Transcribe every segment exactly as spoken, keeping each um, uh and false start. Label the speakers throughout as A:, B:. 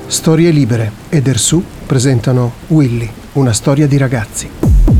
A: Storie Libere ed Ersù presentano Willy, una storia di ragazzi.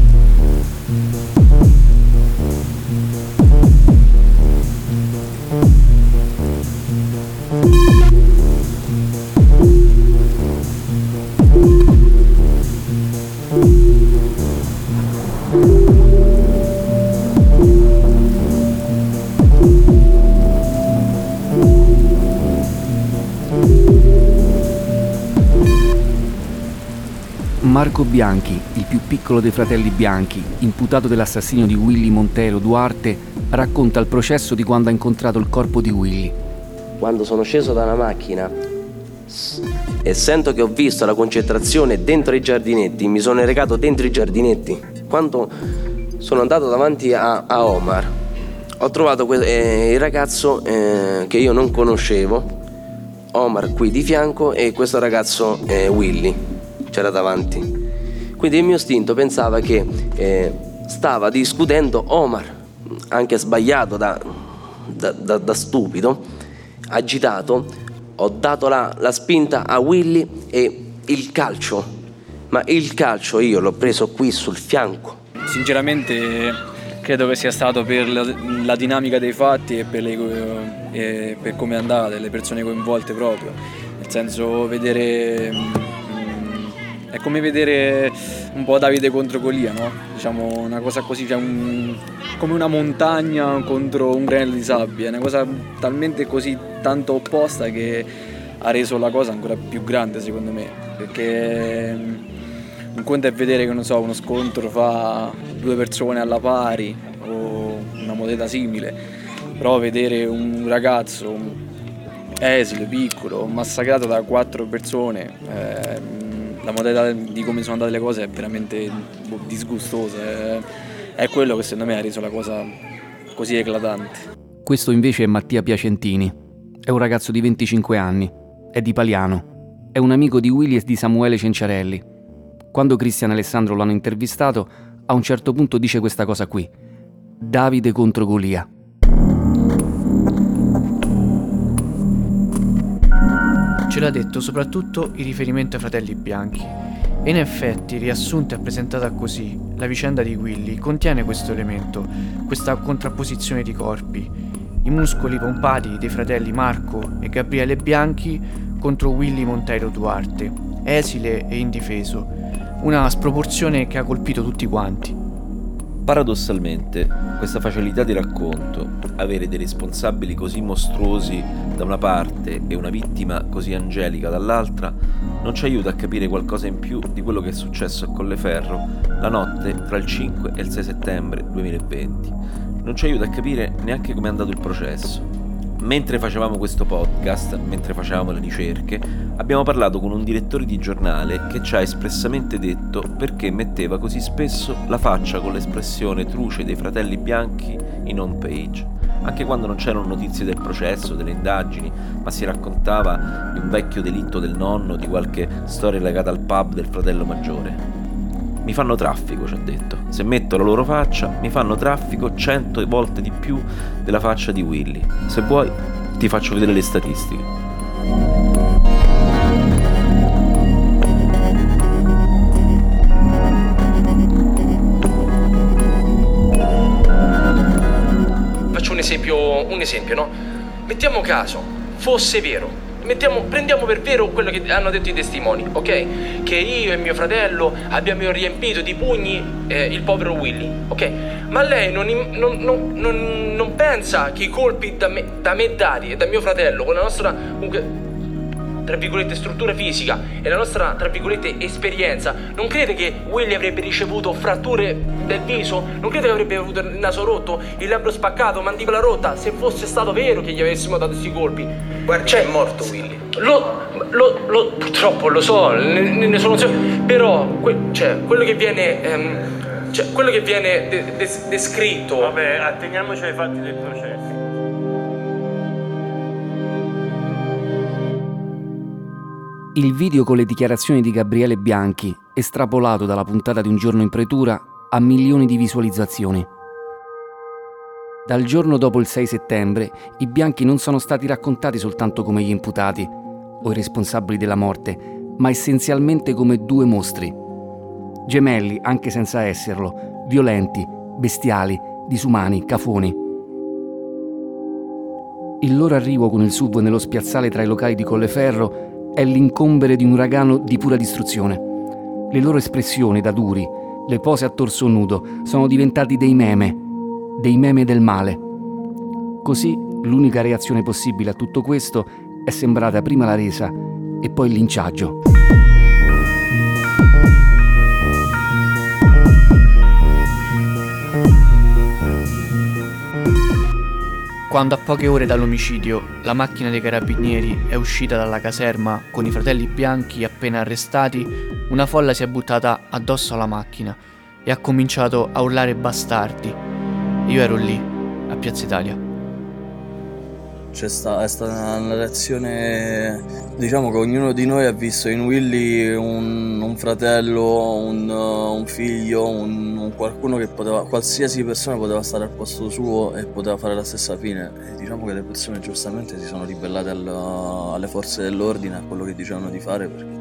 B: Marco Bianchi, il più piccolo dei fratelli Bianchi, imputato dell'assassinio di Willy Montero Duarte, racconta il processo di quando ha incontrato il corpo di Willy.
C: Quando sono sceso dalla macchina e sento che ho visto la concentrazione dentro i giardinetti, mi sono recato dentro i giardinetti. Quando sono andato davanti a, a Omar, ho trovato que- eh, il ragazzo eh, che io non conoscevo, Omar qui di fianco, e questo ragazzo eh, Willy c'era davanti. Quindi il mio istinto pensava che eh, stava discutendo Omar, anche sbagliato da, da, da, da stupido, agitato. Ho dato la, la spinta a Willy e il calcio, ma il calcio io l'ho preso qui sul fianco.
D: Sinceramente credo che sia stato per la, la dinamica dei fatti e per, le, e per come è andata, le persone coinvolte proprio, nel senso vedere... È come vedere un po' Davide contro Golia, no? Diciamo una cosa così, cioè un, come una montagna contro un granello di sabbia, è una cosa talmente così tanto opposta che ha reso la cosa ancora più grande secondo me, perché un conto è vedere che non so, uno scontro fa due persone alla pari o una moneta simile, però vedere un ragazzo esile, piccolo, massacrato da quattro persone, eh, la modalità di come sono andate le cose è veramente disgustosa, è, è quello che secondo me ha reso la cosa così eclatante.
B: Questo invece è Mattia Piacentini, è un ragazzo di venticinque anni, è di Paliano, è un amico di Willy e di Samuele Cenciarelli. Quando Cristian e Alessandro l'hanno intervistato, a un certo punto dice questa cosa qui: Davide contro Golia.
E: Ce l'ha detto soprattutto il riferimento ai fratelli Bianchi, e in effetti, riassunta e presentata così, la vicenda di Willy contiene questo elemento, questa contrapposizione di corpi, i muscoli pompati dei fratelli Marco e Gabriele Bianchi contro Willy Montero Duarte, esile e indifeso, una sproporzione che ha colpito tutti quanti.
F: Paradossalmente, questa facilità di racconto, avere dei responsabili così mostruosi da una parte e una vittima così angelica dall'altra, non ci aiuta a capire qualcosa in più di quello che è successo a Colleferro la notte tra il cinque e il sei settembre duemilaventi. Non ci aiuta a capire neanche come è andato il processo. Mentre facevamo questo podcast, mentre facevamo le ricerche, abbiamo parlato con un direttore di giornale che ci ha espressamente detto perché metteva così spesso la faccia con l'espressione truce dei fratelli Bianchi in home page, anche quando non c'erano notizie del processo, delle indagini, ma si raccontava di un vecchio delitto del nonno, di qualche storia legata al pub del fratello maggiore. Mi fanno traffico, ci ha detto. Se metto la loro faccia, mi fanno traffico cento volte di più della faccia di Willy. Se vuoi, ti faccio vedere le statistiche.
G: Faccio un esempio, un esempio, no? Mettiamo caso fosse vero. Mettiamo, prendiamo per vero quello che hanno detto i testimoni, ok? Che io e mio fratello abbiamo riempito di pugni eh, il povero Willy, ok? Ma lei non, non, non, non, non pensa che i colpi da me, da me dati e da mio fratello, con la nostra, comunque, tra virgolette, struttura fisica e la nostra, tra virgolette, esperienza, non crede che Willy avrebbe ricevuto fratture del viso? Non crede che avrebbe avuto il naso rotto, il labbro spaccato, mandibola rotta, se fosse stato vero che gli avessimo dato questi colpi? Guarda, cioè, è morto Willy. Lo, lo, lo, purtroppo lo so, ne, ne sono sicuro, però que, cioè, quello che viene ehm, cioè, quello che viene de, de, descritto.
H: Vabbè, atteniamoci ai fatti del processo.
B: Il video con le dichiarazioni di Gabriele Bianchi, estrapolato dalla puntata di Un giorno in pretura, ha milioni di visualizzazioni. Dal giorno dopo il sei settembre, i Bianchi non sono stati raccontati soltanto come gli imputati. o i responsabili della morte, ma essenzialmente come due mostri. Gemelli, anche senza esserlo, violenti, bestiali, disumani, cafoni. Il loro arrivo con il S U V nello spiazzale tra i locali di Colleferro è l'incombere di un uragano di pura distruzione. Le loro espressioni da duri, le pose a torso nudo, sono diventati dei meme, dei meme del male. Così l'unica reazione possibile a tutto questo è sembrata prima la resa e poi il linciaggio.
E: Quando a poche ore dall'omicidio la macchina dei carabinieri è uscita dalla caserma con i fratelli Bianchi appena arrestati, una folla si è buttata addosso alla macchina e ha cominciato a urlare bastardi. Io ero lì, a Piazza Italia.
I: C'è sta, è stata una reazione, diciamo che ognuno di noi ha visto in Willy un, un fratello, un, un figlio, un, un qualcuno che poteva, qualsiasi persona poteva stare al posto suo e poteva fare la stessa fine. E diciamo che le persone giustamente si sono ribellate al, alle forze dell'ordine, a quello che dicevano di fare, perché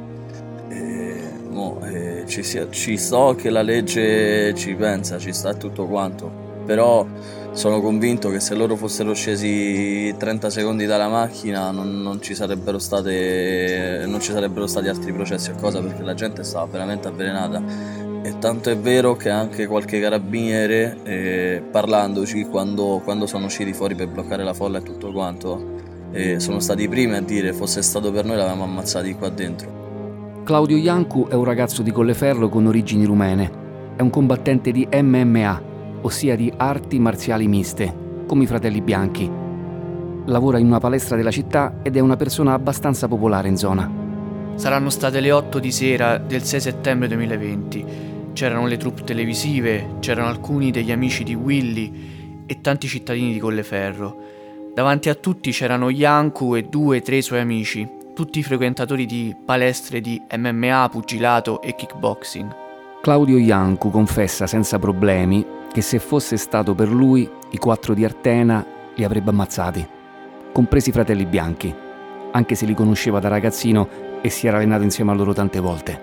I: e, no, e ci, ci sto che la legge ci pensa, ci sta tutto quanto, però sono convinto che se loro fossero scesi trenta secondi dalla macchina non, non ci sarebbero state non ci sarebbero stati altri processi o cosa, perché la gente stava veramente avvelenata. E tanto è vero che anche qualche carabiniere, eh, parlandoci quando, quando sono usciti fuori per bloccare la folla e tutto quanto, eh, sono stati i primi a dire: fosse stato per noi l'avevamo ammazzati qua dentro.
B: Claudio Iancu è un ragazzo di Colleferro con origini rumene. È un combattente di M M A, ossia di arti marziali miste, come i fratelli Bianchi. Lavora in una palestra della città ed è una persona abbastanza popolare in zona.
E: Saranno state le otto di sera del sei settembre duemilaventi. C'erano le troupe televisive, c'erano alcuni degli amici di Willy e tanti cittadini di Colleferro. Davanti a tutti c'erano Iancu e due, tre suoi amici, tutti frequentatori di palestre di M M A, pugilato e kickboxing.
B: Claudio Iancu confessa senza problemi che se fosse stato per lui i quattro di Artena li avrebbe ammazzati, compresi i fratelli Bianchi, anche se li conosceva da ragazzino e si era allenato insieme a loro tante volte.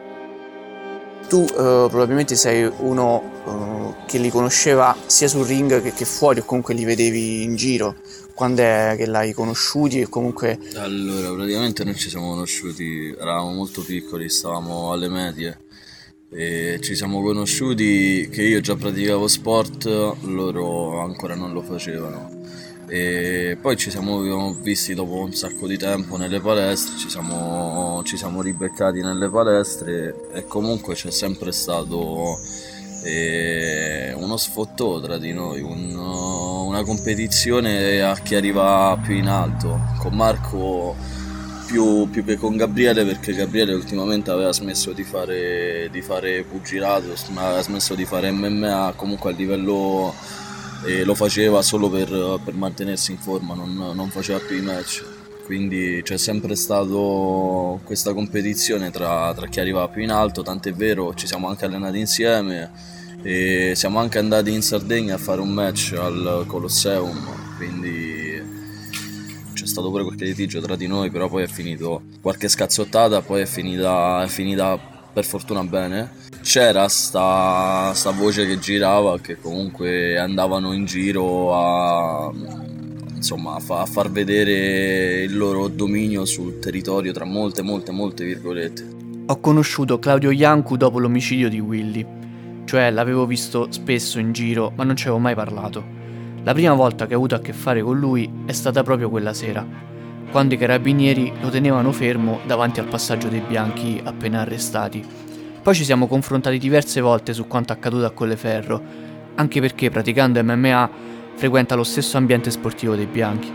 E: Tu uh, probabilmente sei uno uh, che li conosceva sia sul ring che, che fuori, o comunque li vedevi in giro. Quando è che l'hai conosciuti e comunque...
I: Allora, praticamente noi ci siamo conosciuti, eravamo molto piccoli, stavamo alle medie. E ci siamo conosciuti che io già praticavo sport, loro ancora non lo facevano, e poi ci siamo visti dopo un sacco di tempo nelle palestre, ci siamo, ci siamo ribeccati nelle palestre e comunque c'è sempre stato eh, uno sfottò tra di noi, un, una competizione a chi arriva più in alto, con Marco Più, più che con Gabriele, perché Gabriele ultimamente aveva smesso di fare, di fare pugilato, aveva smesso di fare M M A, comunque a livello eh, lo faceva solo per, per mantenersi in forma, non, non faceva più i match, quindi c'è sempre stato questa competizione tra, tra chi arrivava più in alto, tant'è vero ci siamo anche allenati insieme e siamo anche andati in Sardegna a fare un match al Colosseum, quindi c'è stato pure qualche litigio tra di noi, però poi è finito qualche scazzottata, poi è finita, è finita per fortuna bene. C'era sta, sta voce che girava, che comunque andavano in giro a, insomma, a, fa, a far vedere il loro dominio sul territorio, tra molte molte molte virgolette.
E: Ho conosciuto Claudio Iancu dopo l'omicidio di Willy, cioè l'avevo visto spesso in giro ma non ci avevo mai parlato. La prima volta che ho avuto a che fare con lui è stata proprio quella sera, quando i carabinieri lo tenevano fermo davanti al passaggio dei Bianchi appena arrestati. Poi ci siamo confrontati diverse volte su quanto accaduto a Colleferro, anche perché praticando M M A frequenta lo stesso ambiente sportivo dei Bianchi.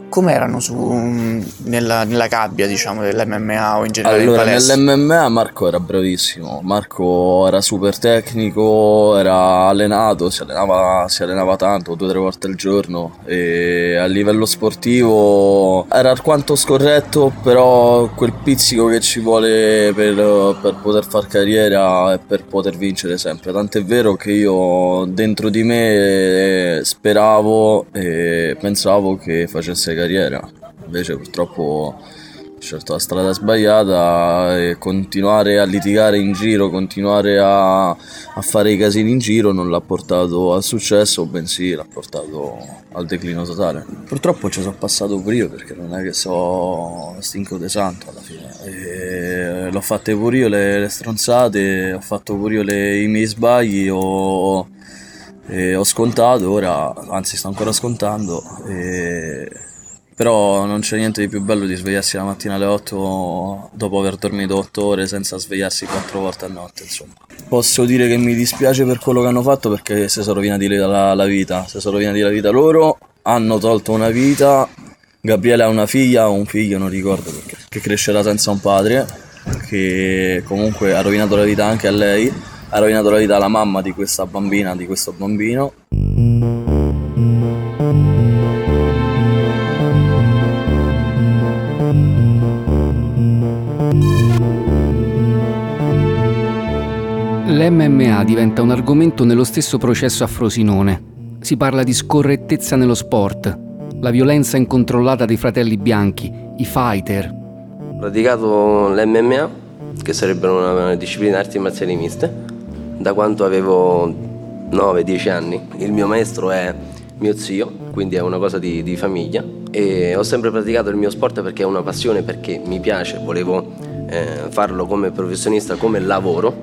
E: com'erano su, nella, nella gabbia, diciamo, dell'M M A o in generale
I: allora,
E: in palestra?
I: nell'M M A Marco era bravissimo, Marco era super tecnico, era allenato, si allenava, si allenava tanto, due o tre volte al giorno, e a livello sportivo era alquanto scorretto, però quel pizzico che ci vuole per, per poter far carriera e per poter vincere sempre. Tant'è vero che io dentro di me speravo e pensavo che facesse carriera, invece purtroppo ho scelto la strada sbagliata, e continuare a litigare in giro, continuare a, a fare i casini in giro non l'ha portato al successo, bensì l'ha portato al declino totale. Purtroppo ci sono passato pure io, perché non è che so stinco de santo alla fine, e l'ho fatte pure io le, le stronzate, ho fatto pure io le, i miei sbagli, ho, e ho scontato, ora anzi sto ancora scontando, e però non c'è niente di più bello di svegliarsi la mattina alle otto dopo aver dormito otto ore senza svegliarsi quattro volte a notte, insomma. Posso dire che mi dispiace per quello che hanno fatto, perché si sono rovinati la, la vita, si sono rovinati la vita loro, hanno tolto una vita. Gabriele ha una figlia o un figlio, non ricordo, perché, che crescerà senza un padre, che comunque ha rovinato la vita anche a lei, ha rovinato la vita alla mamma di questa bambina, di questo bambino.
B: L'M M A diventa un argomento nello stesso processo a Frosinone. Si parla di scorrettezza nello sport, la violenza incontrollata dei fratelli bianchi, i fighter.
C: Ho praticato l'M M A, che sarebbe una disciplina di arti marziali miste, da quando avevo nove dieci anni. Il mio maestro è mio zio, quindi è una cosa di, di famiglia, e ho sempre praticato il mio sport perché è una passione, perché mi piace, volevo eh, farlo come professionista, come lavoro.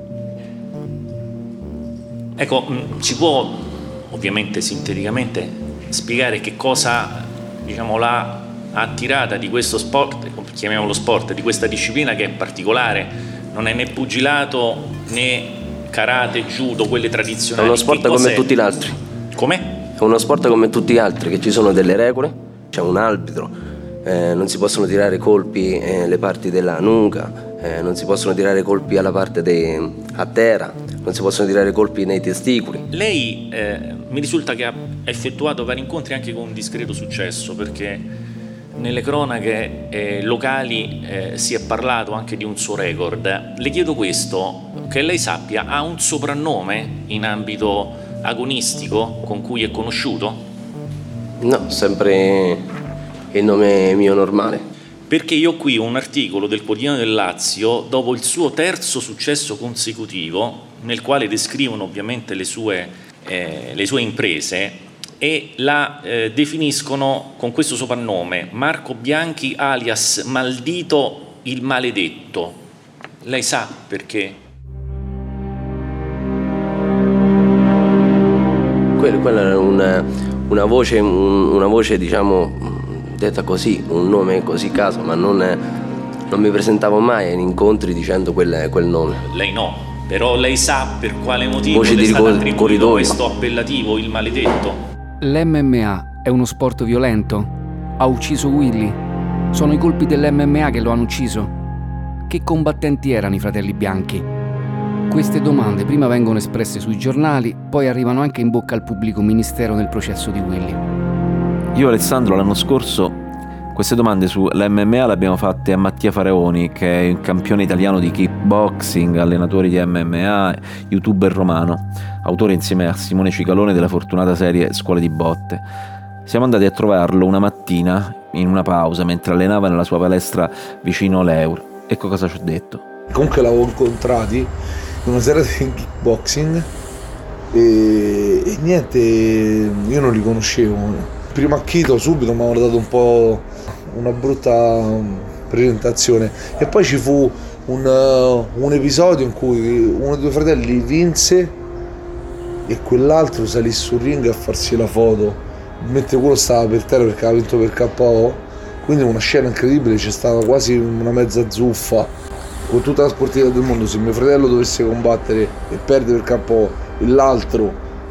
J: Ecco, ci può ovviamente sinteticamente spiegare che cosa, diciamo, l'ha attirata di questo sport, chiamiamolo sport, di questa disciplina che è particolare, non è né pugilato né karate, judo, quelle tradizionali?
C: È uno sport come tutti gli altri.
J: Come?
C: È uno sport come tutti gli altri, che ci sono delle regole, c'è un arbitro, eh, non si possono tirare colpi eh, alle parti della nuca, eh, non si possono tirare colpi alla parte de, a terra, non si possono tirare colpi nei testicoli.
J: Lei eh, mi risulta che ha effettuato vari incontri anche con discreto successo, perché nelle cronache eh, locali eh, si è parlato anche di un suo record. Le chiedo questo, che lei sappia, ha un soprannome in ambito agonistico con cui è conosciuto?
C: No, sempre il nome mio normale.
J: Perché io qui ho un articolo del Quotidiano del Lazio dopo il suo terzo successo consecutivo, nel quale descrivono ovviamente le sue, eh, le sue imprese, e la eh, definiscono con questo soprannome: Marco Bianchi alias Maldito il Maledetto. Lei sa perché?
C: Quella, quella era una, una voce, una voce diciamo detta così, un nome così caso, ma non, non mi presentavo mai in incontri dicendo quel, quel nome.
J: Lei no, però lei sa per quale motivo
C: voce
J: è
C: di
J: stato
C: ricor-
J: attribuito
C: corridoio.
J: Questo appellativo, il Maledetto?
B: L'M M A è uno sport violento? Ha ucciso Willy? Sono i colpi dell'M M A che lo hanno ucciso? Che combattenti erano i fratelli bianchi? Queste domande prima vengono espresse sui giornali, poi arrivano anche in bocca al pubblico ministero nel processo di Willy.
F: Io, Alessandro, l'anno scorso queste domande sull'M M A le abbiamo fatte a Mattia Faraoni, che è un campione italiano di kickboxing, allenatore di M M A, youtuber romano, autore insieme a Simone Cicalone della fortunata serie Scuole di Botte. Siamo andati a trovarlo una mattina in una pausa mentre allenava nella sua palestra vicino l'Eur. Ecco cosa ci ha detto.
K: Comunque l'avevo incontrati in una serata di kickboxing e, e niente, io non li conoscevo. Primo acchito subito mi hanno dato un po' una brutta presentazione, e poi ci fu un, uh, un episodio in cui uno dei due fratelli vinse e quell'altro salì sul ring a farsi la foto mentre quello stava per terra perché aveva vinto per K O. Quindi una scena incredibile, c'è stata quasi una mezza zuffa con tutta la sportività del mondo. Se mio fratello dovesse combattere e perdere per K O e l'altro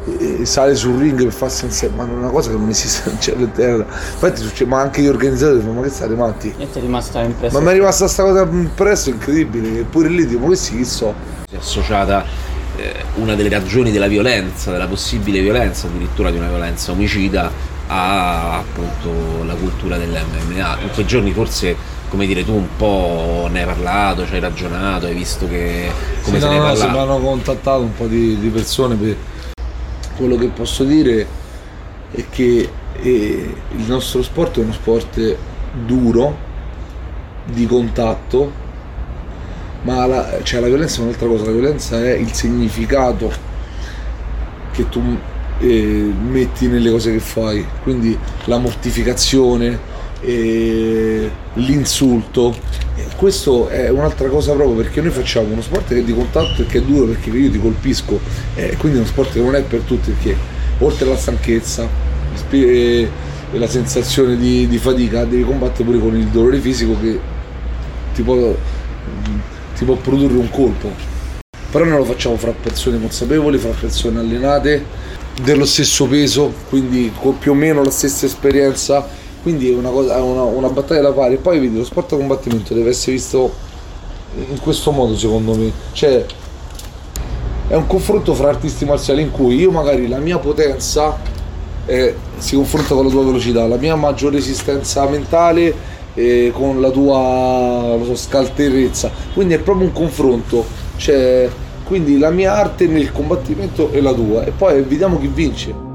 K: e sale sul ring per farsi insieme, ma non è una cosa che non esiste in cielo e terra. Infatti succede, ma anche gli organizzatori dicono: ma che state matti?
L: E ti è rimasta impressa?
K: Ma mi è rimasta sta cosa impressa incredibile, eppure lì dico: ma questi chi so?
F: Si è associata eh, una delle ragioni della violenza, della possibile violenza, addirittura di una violenza omicida, a appunto la cultura dell'emme emme a. In quei giorni forse, come dire, tu un po' ne hai parlato, ci hai ragionato, hai visto che come
K: sì,
F: se
K: no,
F: ne è
K: no,
F: parlato.
K: Mi hanno contattato un po' di, di persone. Per quello che posso dire è che eh, il nostro sport è uno sport duro, di contatto, ma la, cioè la violenza è un'altra cosa. La violenza è il significato che tu eh, metti nelle cose che fai, quindi la mortificazione, eh, l'insulto. E questo è un'altra cosa proprio, perché noi facciamo uno sport che è di contatto e che è duro, perché io ti colpisco, eh, quindi è uno sport che non è per tutti, perché oltre alla stanchezza e la sensazione di, di fatica, devi combattere pure con il dolore fisico che ti può, ti può produrre un colpo. Però noi lo facciamo fra persone consapevoli, fra persone allenate, dello stesso peso, quindi con più o meno la stessa esperienza. Quindi è una, cosa, una, una battaglia da fare. E poi vedi, lo sport a combattimento deve essere visto in questo modo, secondo me. Cioè, è un confronto fra artisti marziali in cui io magari la mia potenza eh, si confronta con la tua velocità, la mia maggiore resistenza mentale eh, con la tua lo so, scaltrezza. Quindi è proprio un confronto. Cioè, quindi la mia arte nel combattimento è la tua. E poi vediamo chi vince.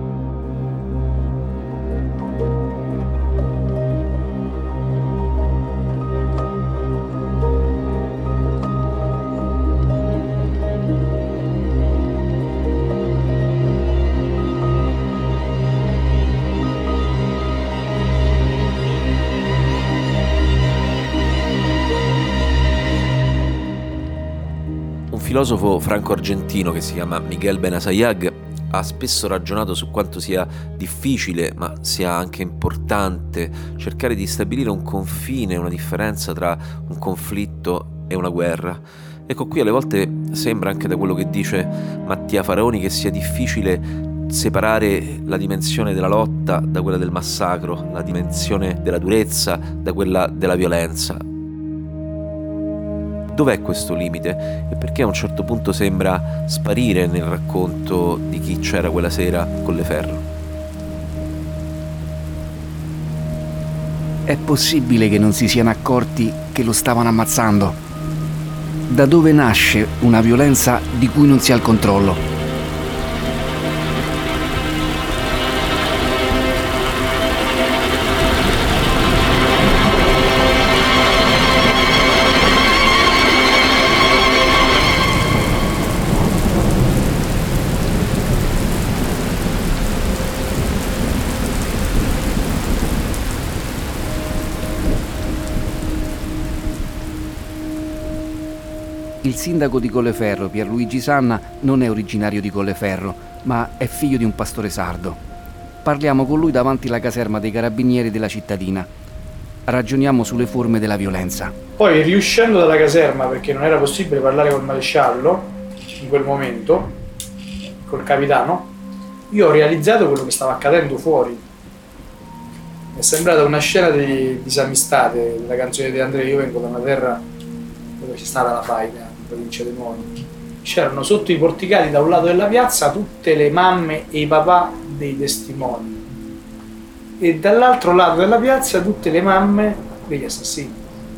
F: Un filosofo franco-argentino che si chiama Miguel Benassayag ha spesso ragionato su quanto sia difficile, ma sia anche importante, cercare di stabilire un confine, una differenza tra un conflitto e una guerra. Ecco, qui alle volte sembra, anche da quello che dice Mattia Faraoni, che sia difficile separare la dimensione della lotta da quella del massacro, la dimensione della durezza da quella della violenza. Dov'è questo limite e perché a un certo punto sembra sparire nel racconto di chi c'era quella sera con Colleferro?
B: È possibile che non si siano accorti che lo stavano ammazzando? Da dove nasce una violenza di cui non si ha il controllo? Il sindaco di Colleferro, Pierluigi Sanna, non è originario di Colleferro, ma è figlio di un pastore sardo. Parliamo con lui davanti alla caserma dei carabinieri della cittadina. Ragioniamo sulle forme della violenza.
M: Poi, riuscendo dalla caserma, perché non era possibile parlare col maresciallo in quel momento, col capitano, io ho realizzato quello che stava accadendo fuori. Mi è sembrata una scena di disamistate della canzone di Andrea. Io vengo da una terra dove c'è stata la faida, in provincia di Nuoro. C'erano sotto i porticati da un lato della piazza tutte le mamme e i papà dei testimoni e dall'altro lato della piazza tutte le mamme degli assassini.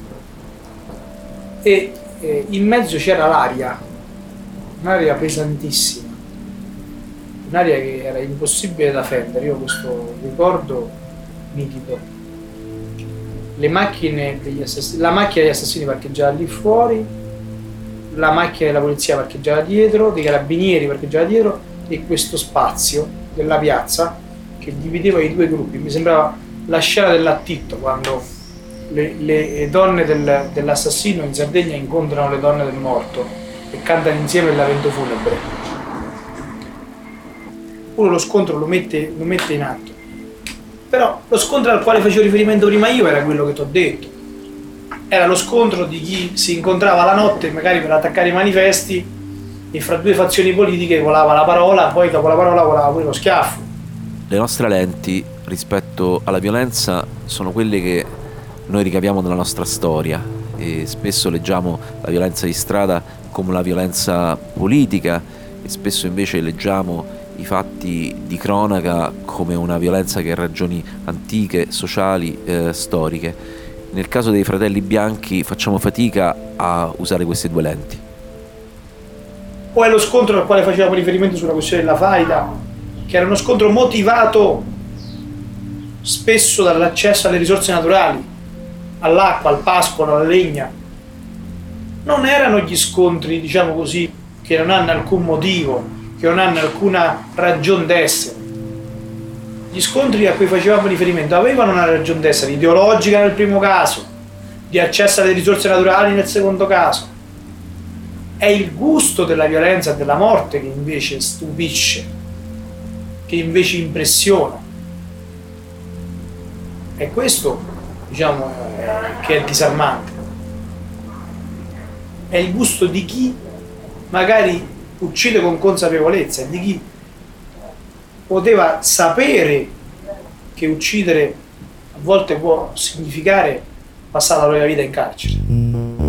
M: E eh, in mezzo c'era l'aria, un'aria pesantissima, un'aria che era impossibile da fendere. Io ho questo ricordo nitido. Le macchine degli assassini, la macchina degli assassini parcheggiava lì fuori, la macchina della polizia parcheggiava dietro, dei carabinieri parcheggiava dietro, e questo spazio della piazza che divideva i due gruppi. Mi sembrava la scena dell'attitto, quando le, le donne del, dell'assassino in Sardegna incontrano le donne del morto e cantano insieme il lamento funebre. Uno lo scontro lo mette, lo mette in atto. Però lo scontro al quale facevo riferimento prima io era quello che ti ho detto. Era lo scontro di chi si incontrava la notte magari per attaccare i manifesti e fra due fazioni politiche volava la parola, poi dopo la parola volava pure lo schiaffo.
F: Le nostre lenti rispetto alla violenza sono quelle che noi ricaviamo dalla nostra storia e spesso leggiamo la violenza di strada come una violenza politica e spesso invece leggiamo i fatti di cronaca come una violenza che ha ragioni antiche, sociali, eh, storiche. Nel caso dei Fratelli Bianchi facciamo fatica a usare queste due lenti.
M: Poi lo scontro al quale facevamo riferimento sulla questione della faida, che era uno scontro motivato spesso dall'accesso alle risorse naturali, all'acqua, al pascolo, alla legna. Non erano gli scontri, diciamo così, che non hanno alcun motivo, che non hanno alcuna ragione d'essere. Gli scontri a cui facevamo riferimento avevano una ragione d'essere ideologica nel primo caso, di accesso alle risorse naturali nel secondo caso. È il gusto della violenza e della morte che invece stupisce, che invece impressiona. E questo, diciamo, è, che è disarmante. È il gusto di chi magari uccide con consapevolezza, di chi poteva sapere che uccidere a volte può significare passare la propria vita in carcere.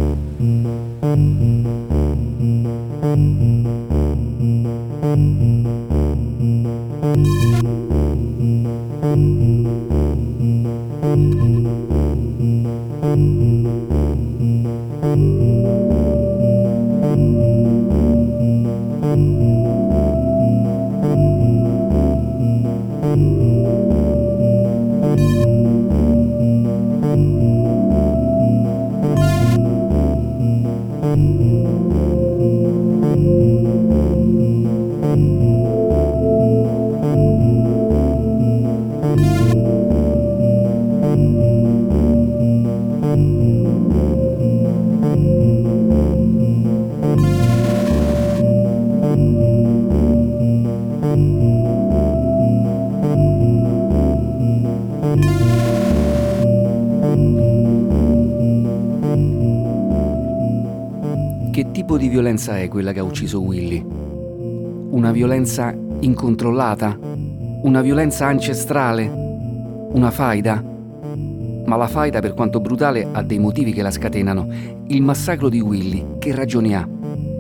B: Che tipo di violenza è quella che ha ucciso Willy? Una violenza incontrollata? Una violenza ancestrale? Una faida? Ma la faida, per quanto brutale, ha dei motivi che la scatenano. Il massacro di Willy, che ragioni ha?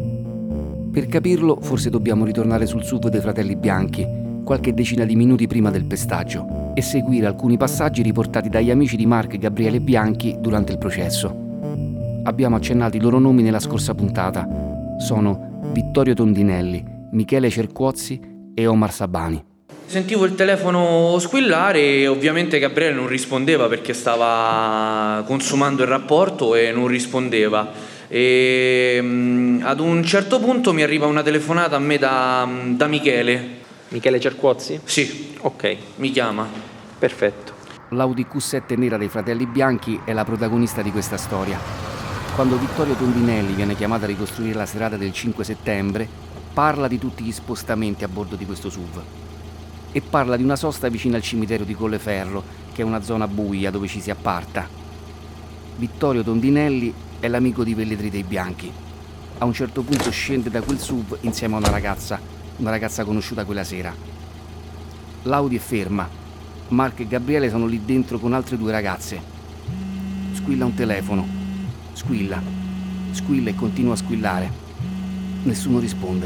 B: Per capirlo, forse dobbiamo ritornare sul S U V dei Fratelli Bianchi, qualche decina di minuti prima del pestaggio, e seguire alcuni passaggi riportati dagli amici di Mark e Gabriele Bianchi durante il processo. Abbiamo accennato i loro nomi nella scorsa puntata. Sono Vittorio Tondinelli, Michele Cerquozzi e Omar Sabani.
G: Sentivo il telefono squillare e ovviamente Gabriele non rispondeva perché stava consumando il rapporto e non rispondeva. E mh, ad un certo punto mi arriva una telefonata a me da, da Michele.
C: Michele Cerquozzi?
G: Sì.
C: Ok.
G: Mi chiama.
C: Perfetto.
B: L'Audi Q sette nera dei Fratelli Bianchi è la protagonista di questa storia. Quando Vittorio Tondinelli viene chiamato a ricostruire la serata del cinque settembre, parla di tutti gli spostamenti a bordo di questo S U V e parla di una sosta vicino al cimitero di Colleferro, che è una zona buia dove ci si apparta. Vittorio Tondinelli è l'amico di Velletri dei Bianchi. A un certo punto scende da quel S U V insieme a una ragazza, una ragazza conosciuta quella sera. L'Audi è ferma. Mark e Gabriele sono lì dentro con altre due ragazze. Squilla un telefono. Squilla, squilla e continua a squillare. Nessuno risponde.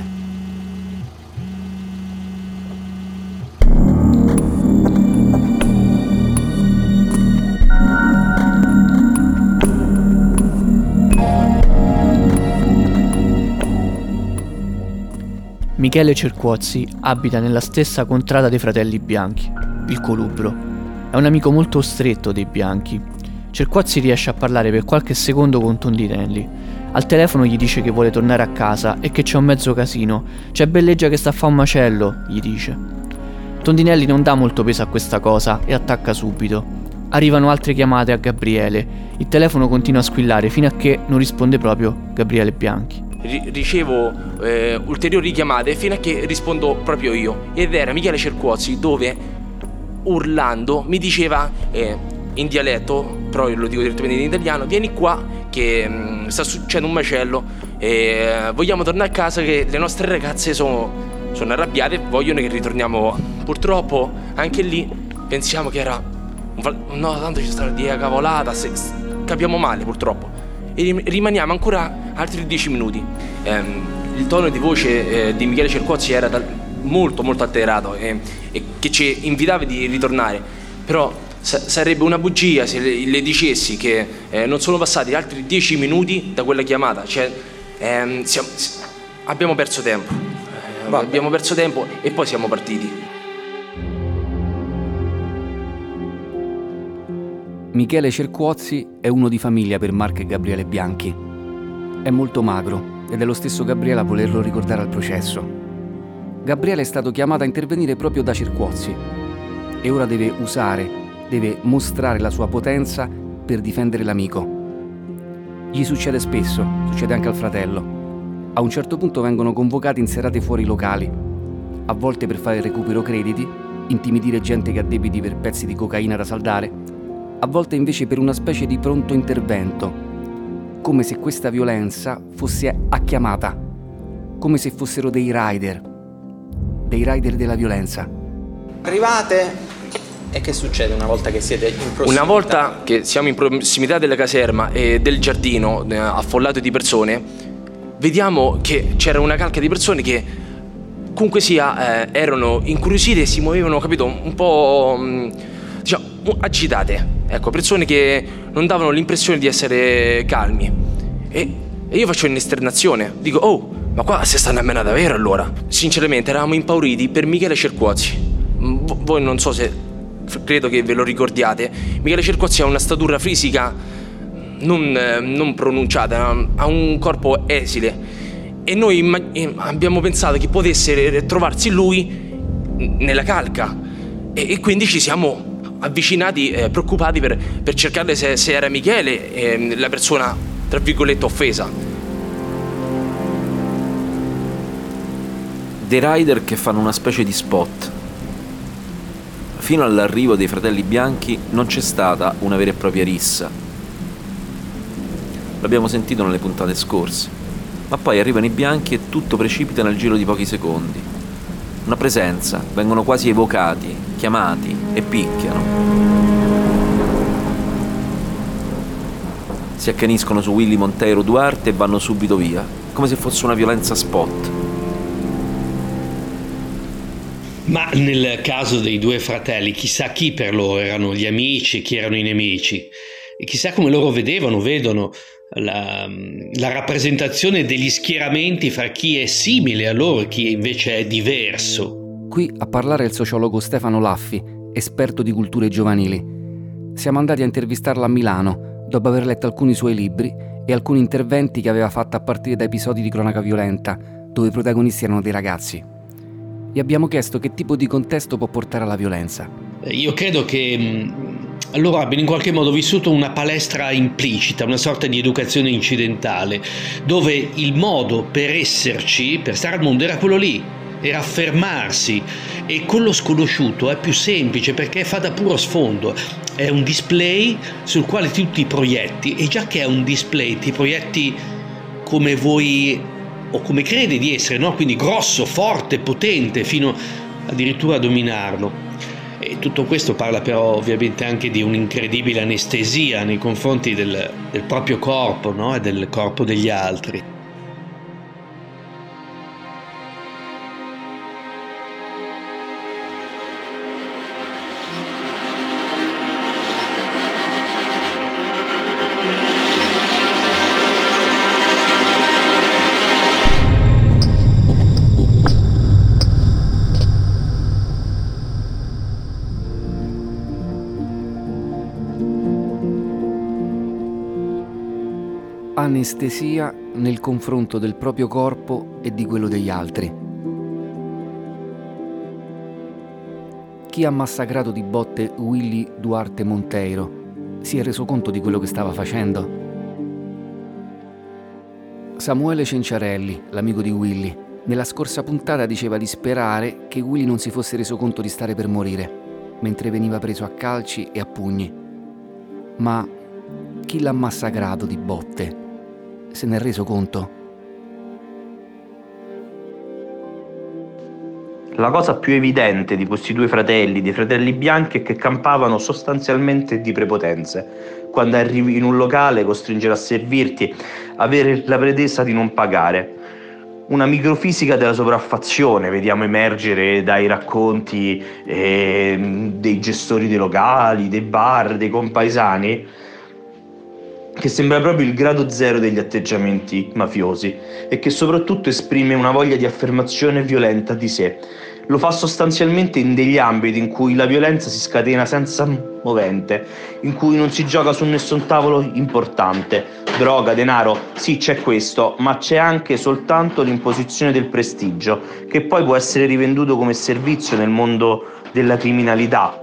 E: Michele Cerquozzi abita nella stessa contrada dei Fratelli Bianchi, il Colubro. È un amico molto stretto dei Bianchi. Cerquozzi riesce a parlare per qualche secondo con Tondinelli. Al telefono gli dice che vuole tornare a casa e che c'è un mezzo casino. C'è Belleggia che sta a fa un macello, gli dice. Tondinelli non dà molto peso a questa cosa e attacca subito. Arrivano altre chiamate a Gabriele. Il telefono continua a squillare fino a che non risponde proprio Gabriele Bianchi.
G: Ri- ricevo eh, ulteriori chiamate fino a che rispondo proprio io. Ed era Michele Cerquozzi, dove urlando mi diceva eh, in dialetto, però io lo dico direttamente in italiano: vieni qua che mh, sta succedendo un macello e vogliamo tornare a casa, che le nostre ragazze sono, sono arrabbiate e vogliono che ritorniamo. Purtroppo anche lì pensiamo che era un val- no, tanto ci sta di cavolata, se, capiamo male purtroppo e rim- rimaniamo ancora altri dieci minuti. Ehm, il tono di voce eh, di Michele Cerquozzi era dal- molto molto alterato e, e che ci invitava di ritornare, però sa- sarebbe una bugia se le, le dicessi che eh, non sono passati altri dieci minuti da quella chiamata, cioè ehm, siamo, s- abbiamo perso tempo, eh, abbiamo perso tempo e poi siamo partiti.
B: Michele Cerquozzi è uno di famiglia per Marco e Gabriele Bianchi. È molto magro ed è lo stesso Gabriele a volerlo ricordare al processo. Gabriele è stato chiamato a intervenire proprio da Cerquozzi e ora deve usare, deve mostrare la sua potenza per difendere l'amico. Gli succede spesso, succede anche al fratello. A un certo punto vengono convocati in serate fuori locali, a volte per fare recupero crediti, intimidire gente che ha debiti per pezzi di cocaina da saldare, a volte invece per una specie di pronto intervento, come se questa violenza fosse a chiamata, come se fossero dei rider, dei rider della violenza.
L: Arrivate e che succede una volta che siete in prossimità?
G: Una volta che siamo in prossimità della caserma e del giardino eh, affollato di persone, vediamo che c'era una calca di persone che comunque sia eh, erano incuriosite e si muovevano, capito, un po' mh, diciamo agitate, ecco, persone che non davano l'impressione di essere calmi e, e io faccio un'esternazione, dico oh, ma qua si stanno a mena davvero allora. Sinceramente eravamo impauriti per Michele Cerquozzi. V- voi non so se, credo che ve lo ricordiate, Michele Cerquozzi ha una statura fisica non, eh, non pronunciata, ha un corpo esile e noi imma- abbiamo pensato che potesse trovarsi lui nella calca e, e quindi ci siamo avvicinati eh, preoccupati per, per cercare se, se era Michele eh, la persona tra virgolette offesa.
F: Dei rider che fanno una specie di spot. Fino all'arrivo dei fratelli Bianchi non c'è stata una vera e propria rissa. L'abbiamo sentito nelle puntate scorse. Ma poi arrivano i Bianchi e tutto precipita nel giro di pochi secondi. Una presenza, vengono quasi evocati, chiamati e picchiano. Si accaniscono su Willy Monteiro Duarte e vanno subito via, come se fosse una violenza spot.
N: Ma nel caso dei due fratelli, chissà chi per loro erano gli amici e chi erano i nemici. E chissà come loro vedevano, vedono la, la rappresentazione degli schieramenti fra chi è simile a loro e chi invece è diverso.
B: Qui a parlare il sociologo Stefano Laffi, esperto di culture giovanili. Siamo andati a intervistarlo a Milano, dopo aver letto alcuni suoi libri e alcuni interventi che aveva fatto a partire da episodi di cronaca violenta, dove i protagonisti erano dei ragazzi. Gli abbiamo chiesto che tipo di contesto può portare alla violenza.
N: Io credo che mh, loro abbiano in qualche modo vissuto una palestra implicita, una sorta di educazione incidentale, dove il modo per esserci, per stare al mondo, era quello lì, era affermarsi, e con lo sconosciuto è più semplice perché fa da puro sfondo, è un display sul quale tu ti proietti, e già che è un display ti proietti come vuoi o come credi di essere, no? Quindi grosso, forte, potente, fino addirittura a dominarlo. E tutto questo parla però ovviamente anche di un'incredibile anestesia nei confronti del, del proprio corpo, no? E del corpo degli altri.
B: Anestesia nel confronto del proprio corpo e di quello degli altri. Chi ha massacrato di botte Willy Duarte Monteiro si è reso conto di quello che stava facendo? Samuele Cenciarelli, l'amico di Willy, nella scorsa puntata diceva di sperare che Willy non si fosse reso conto di stare per morire, mentre veniva preso a calci e a pugni. Ma chi l'ha massacrato di botte? Se ne è reso conto?
O: La cosa più evidente di questi due fratelli, dei fratelli bianchi, è che campavano sostanzialmente di prepotenze. Quando arrivi in un locale, costringere a servirti, avere la pretesa di non pagare. Una microfisica della sopraffazione vediamo emergere dai racconti eh, dei gestori dei locali, dei bar, dei compaesani, che sembra proprio il grado zero degli atteggiamenti mafiosi e che soprattutto esprime una voglia di affermazione violenta di sé. Lo fa sostanzialmente in degli ambiti in cui la violenza si scatena senza movente, in cui non si gioca su nessun tavolo importante. Droga, denaro, sì, c'è questo, ma c'è anche soltanto l'imposizione del prestigio, che poi può essere rivenduto come servizio nel mondo della criminalità.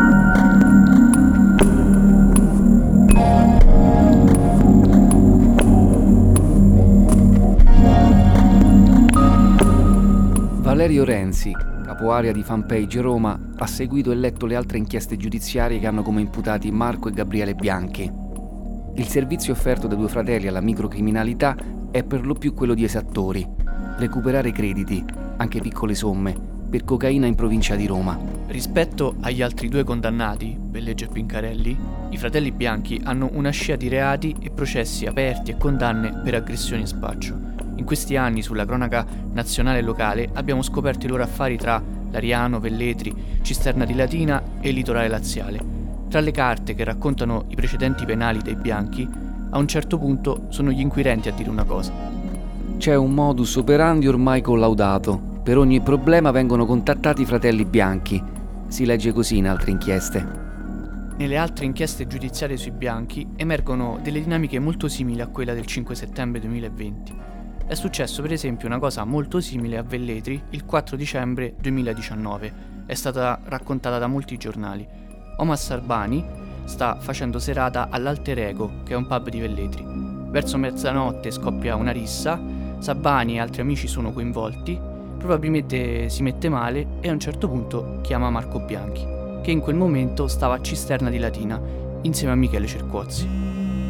B: Valerio Renzi, capo area di Fanpage Roma, ha seguito e letto le altre inchieste giudiziarie che hanno come imputati Marco e Gabriele Bianchi. Il servizio offerto dai due fratelli alla microcriminalità è per lo più quello di esattori: recuperare crediti, anche piccole somme, per cocaina in provincia di Roma.
E: Rispetto agli altri due condannati, Belleggia e Pincarelli, i fratelli Bianchi hanno una scia di reati e processi aperti e condanne per aggressioni e spaccio. In questi anni sulla cronaca nazionale e locale abbiamo scoperto i loro affari tra Lariano, Velletri, Cisterna di Latina e Litorale Laziale. Tra le carte che raccontano i precedenti penali dei Bianchi, a un certo punto sono gli inquirenti a dire una cosa.
B: C'è un modus operandi ormai collaudato. Per ogni problema vengono contattati i fratelli Bianchi. Si legge così in altre inchieste.
E: Nelle altre inchieste giudiziarie sui Bianchi emergono delle dinamiche molto simili a quella del cinque settembre duemilaventi. È successo per esempio una cosa molto simile a Velletri il quattro dicembre duemiladiciannove. È stata raccontata da molti giornali. Omar Sarbani sta facendo serata all'Alter Ego, che è un pub di Velletri. Verso mezzanotte scoppia una rissa, Sarbani e altri amici sono coinvolti, probabilmente si mette male e a un certo punto chiama Marco Bianchi, che in quel momento stava a Cisterna di Latina insieme a Michele Cercuozzi.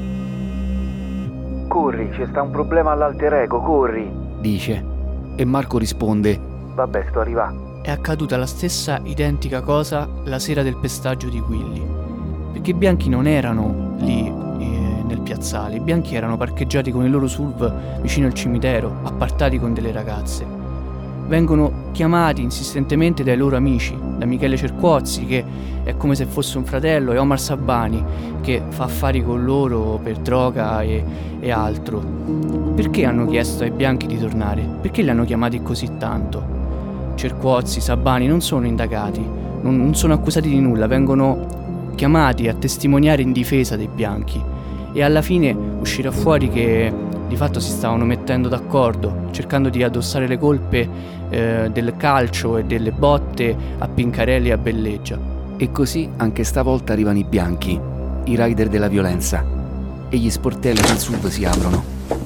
P: Corri, c'è sta un problema all'Alter Ego, corri,
B: dice. E Marco risponde:
P: vabbè, sto arrivando.
E: È accaduta la stessa identica cosa la sera del pestaggio di Willy, perché i Bianchi non erano lì eh, nel piazzale, i Bianchi erano parcheggiati con il loro S U V vicino al cimitero, appartati con delle ragazze. Vengono chiamati insistentemente dai loro amici, da Michele Cercuozzi, che è come se fosse un fratello, e Omar Sabbani, che fa affari con loro per droga e, e altro. Perché hanno chiesto ai Bianchi di tornare? Perché li hanno chiamati così tanto? Cercuozzi, Sabbani non sono indagati, non, non sono accusati di nulla, vengono chiamati a testimoniare in difesa dei Bianchi. E alla fine uscirà fuori che di fatto si stavano mettendo d'accordo, cercando di addossare le colpe eh, del calcio e delle botte a Pincarelli e a Belleggia.
B: E così anche stavolta arrivano i Bianchi, i rider della violenza, e gli sportelli del S U V si aprono.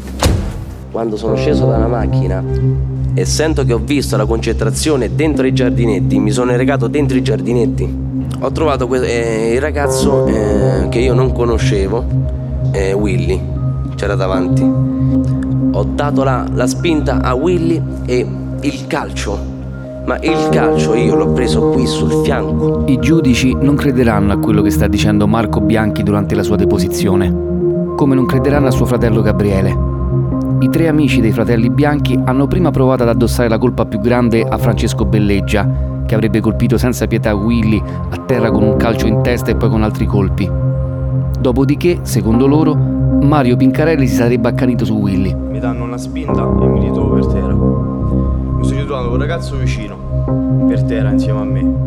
C: Quando sono sceso dalla macchina e sento che ho visto la concentrazione dentro i giardinetti, mi sono recato dentro i giardinetti. Ho trovato que- eh, il ragazzo eh, che io non conoscevo, eh, Willy, c'era davanti. Ho dato la, la spinta a Willy e il calcio, ma il calcio io l'ho preso qui sul fianco.
B: I giudici non crederanno a quello che sta dicendo Marco Bianchi durante la sua deposizione, come non crederanno a suo fratello Gabriele. I tre amici dei fratelli Bianchi hanno prima provato ad addossare la colpa più grande a Francesco Belleggia, che avrebbe colpito senza pietà Willy a terra con un calcio in testa e poi con altri colpi. Dopodiché, secondo loro, Mario Pincarelli si sarebbe accanito su Willy.
Q: Mi danno una spinta e mi ritrovo per terra. Mi sto ritrovando un ragazzo vicino, per terra insieme a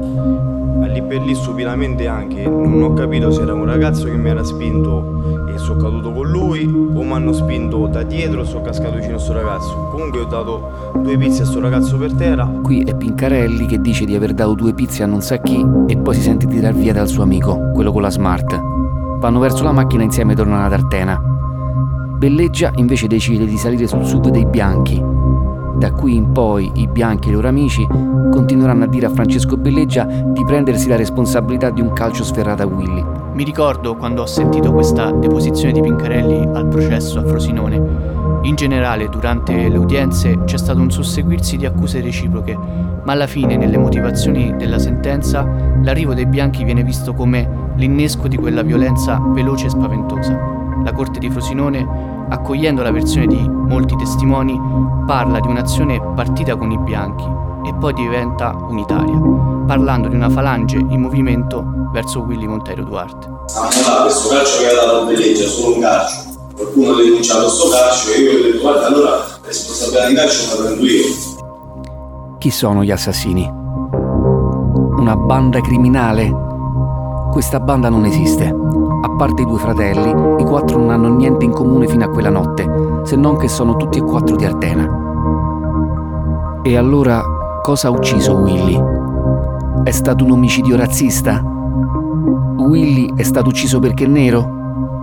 Q: me. Lì per lì stupidamente anche non ho capito se era un ragazzo che mi era spinto e sono caduto con lui o mi hanno spinto da dietro e sono cascato vicino a sto ragazzo. Comunque ho dato due pizze a sto ragazzo per terra.
B: Qui è Pincarelli che dice di aver dato due pizze a non sa chi e poi si sente tirar via dal suo amico, quello con la Smart. Vanno verso la macchina insieme e tornano ad Artena. Belleggia invece decide di salire sul S U V dei Bianchi. Da qui in poi i Bianchi e i loro amici continueranno a dire a Francesco Belleggia di prendersi la responsabilità di un calcio sferrato a Willy.
E: Mi ricordo quando ho sentito questa deposizione di Pincarelli al processo a Frosinone. In generale, durante le udienze c'è stato un susseguirsi di accuse reciproche, ma alla fine, nelle motivazioni della sentenza, l'arrivo dei bianchi viene visto come l'innesco di quella violenza veloce e spaventosa. La Corte di Frosinone, accogliendo la versione di molti testimoni, parla di un'azione partita con i bianchi e poi diventa unitaria, parlando di una falange in movimento verso Willy Monteiro Duarte.
R: Stavamo là, questo calcio che aveva dato Belleggia, solo un calcio. Qualcuno ha denunciato sto calcio e io gli ho detto guarda, allora la responsabilità di calcio la prendo io.
B: Chi sono gli assassini? Una banda criminale? Questa banda non esiste. A parte i due fratelli, i quattro non hanno niente in comune fino a quella notte, se non che sono tutti e quattro di Ardena. E allora, cosa ha ucciso Willy? È stato un omicidio razzista? Willy è stato ucciso perché è nero?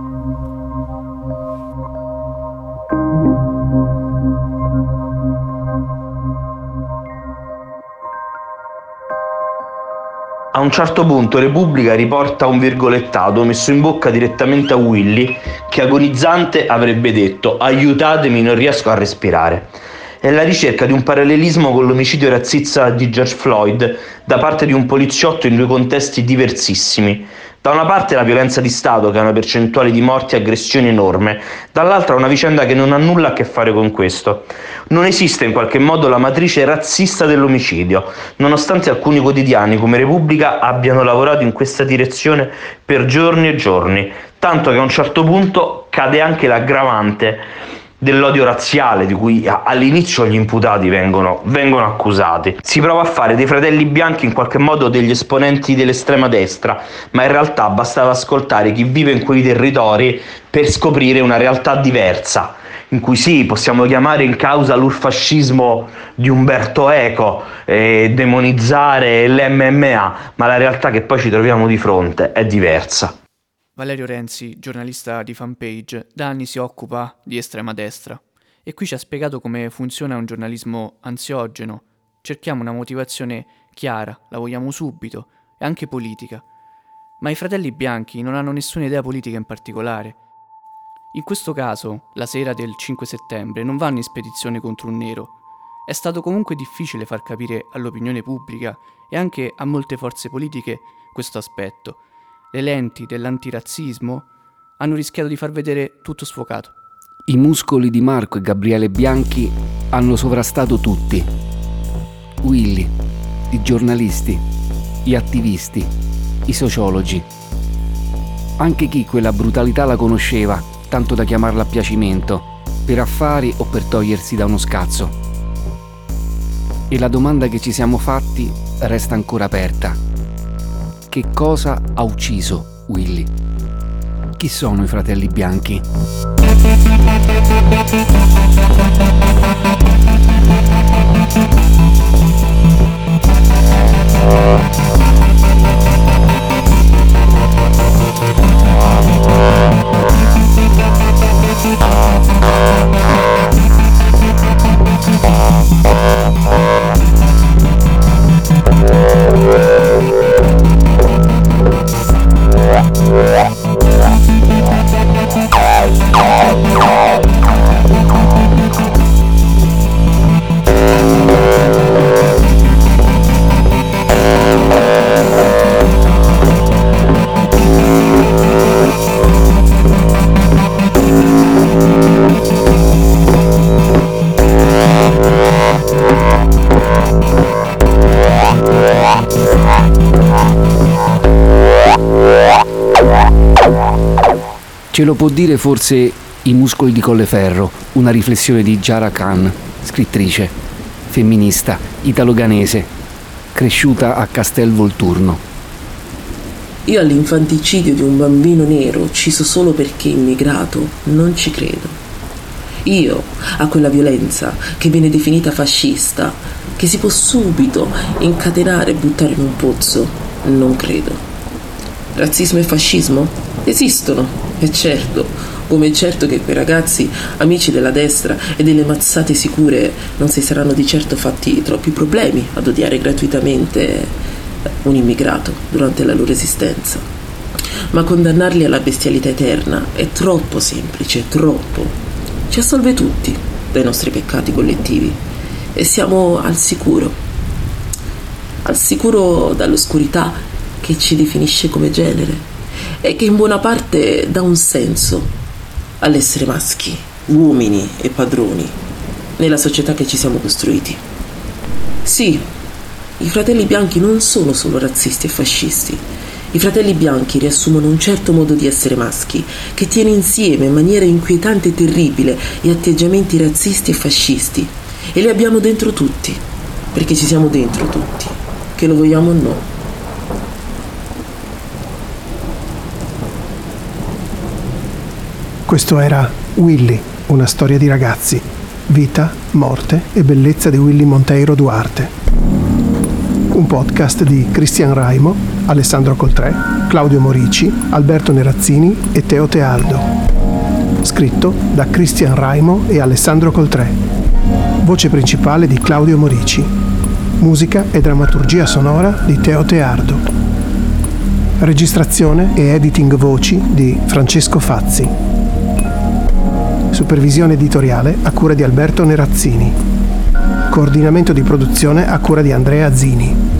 O: A un certo punto Repubblica riporta un virgolettato messo in bocca direttamente a Willy, che agonizzante avrebbe detto «Aiutatemi, non riesco a respirare». È la ricerca di un parallelismo con l'omicidio razzista di George Floyd da parte di un poliziotto in due contesti diversissimi. Da una parte la violenza di Stato, che ha una percentuale di morti e aggressioni enorme, dall'altra una vicenda che non ha nulla a che fare con questo. Non esiste in qualche modo la matrice razzista dell'omicidio, nonostante alcuni quotidiani come Repubblica abbiano lavorato in questa direzione per giorni e giorni, tanto che a un certo punto cade anche l'aggravante dell'odio razziale di cui all'inizio gli imputati vengono, vengono accusati. Si prova a fare dei fratelli bianchi in qualche modo degli esponenti dell'estrema destra, ma in realtà bastava ascoltare chi vive in quei territori per scoprire una realtà diversa, in cui sì, possiamo chiamare in causa l'urfascismo di Umberto Eco e demonizzare l'emme emme a, ma la realtà che poi ci troviamo di fronte è diversa.
E: Valerio Renzi, giornalista di Fanpage, da anni si occupa di estrema destra e qui ci ha spiegato come funziona un giornalismo ansiogeno. Cerchiamo una motivazione chiara, la vogliamo subito, e anche politica. Ma i fratelli bianchi non hanno nessuna idea politica in particolare. In questo caso, la sera del cinque settembre, non vanno in spedizione contro un nero. È stato comunque difficile far capire all'opinione pubblica e anche a molte forze politiche questo aspetto. Le lenti dell'antirazzismo hanno rischiato di far vedere tutto sfocato.
B: I muscoli di Marco e Gabriele Bianchi hanno sovrastato tutti. Willy, i giornalisti, gli attivisti, i sociologi. Anche chi quella brutalità la conosceva, tanto da chiamarla a piacimento, per affari o per togliersi da uno scazzo. E la domanda che ci siamo fatti resta ancora aperta. Che cosa ha ucciso Willy? Chi sono i fratelli bianchi? Ce lo può dire forse I muscoli di Colleferro, una riflessione di Jara Khan, scrittrice, femminista, italo-ghanese, cresciuta a Castel Volturno.
S: Io all'infanticidio di un bambino nero ucciso solo perché immigrato non ci credo. Io a quella violenza che viene definita fascista, che si può subito incatenare e buttare in un pozzo, non credo. Razzismo e fascismo esistono, è certo, come è certo che quei ragazzi, amici della destra e delle mazzate sicure, non si saranno di certo fatti troppi problemi ad odiare gratuitamente un immigrato durante la loro esistenza. ma condannarli alla bestialità eterna è troppo semplice, troppo. Ci assolve tutti dai nostri peccati collettivi e siamo al sicuro, al sicuro dall'oscurità che ci definisce come genere e che in buona parte dà un senso all'essere maschi, uomini e padroni nella società che ci siamo costruiti. Sì, i fratelli bianchi non sono solo razzisti e fascisti. I fratelli bianchi riassumono un certo modo di essere maschi che tiene insieme in maniera inquietante e terribile gli atteggiamenti razzisti e fascisti, e li abbiamo dentro tutti, perché ci siamo dentro tutti, che lo vogliamo o no.
A: Questo era Willy, una storia di ragazzi, vita, morte e bellezza di Willy Monteiro Duarte. Un podcast di Cristian Raimo, Alessandro Coltré, Claudio Morici, Alberto Nerazzini e Teo Tealdo. Scritto da Cristian Raimo e Alessandro Coltré. Voce principale di Claudio Morici. Musica e drammaturgia sonora di Teo Tealdo. Registrazione e editing voci di Francesco Fazzi. Supervisione editoriale a cura di Alberto Nerazzini. Coordinamento di produzione a cura di Andrea Zini.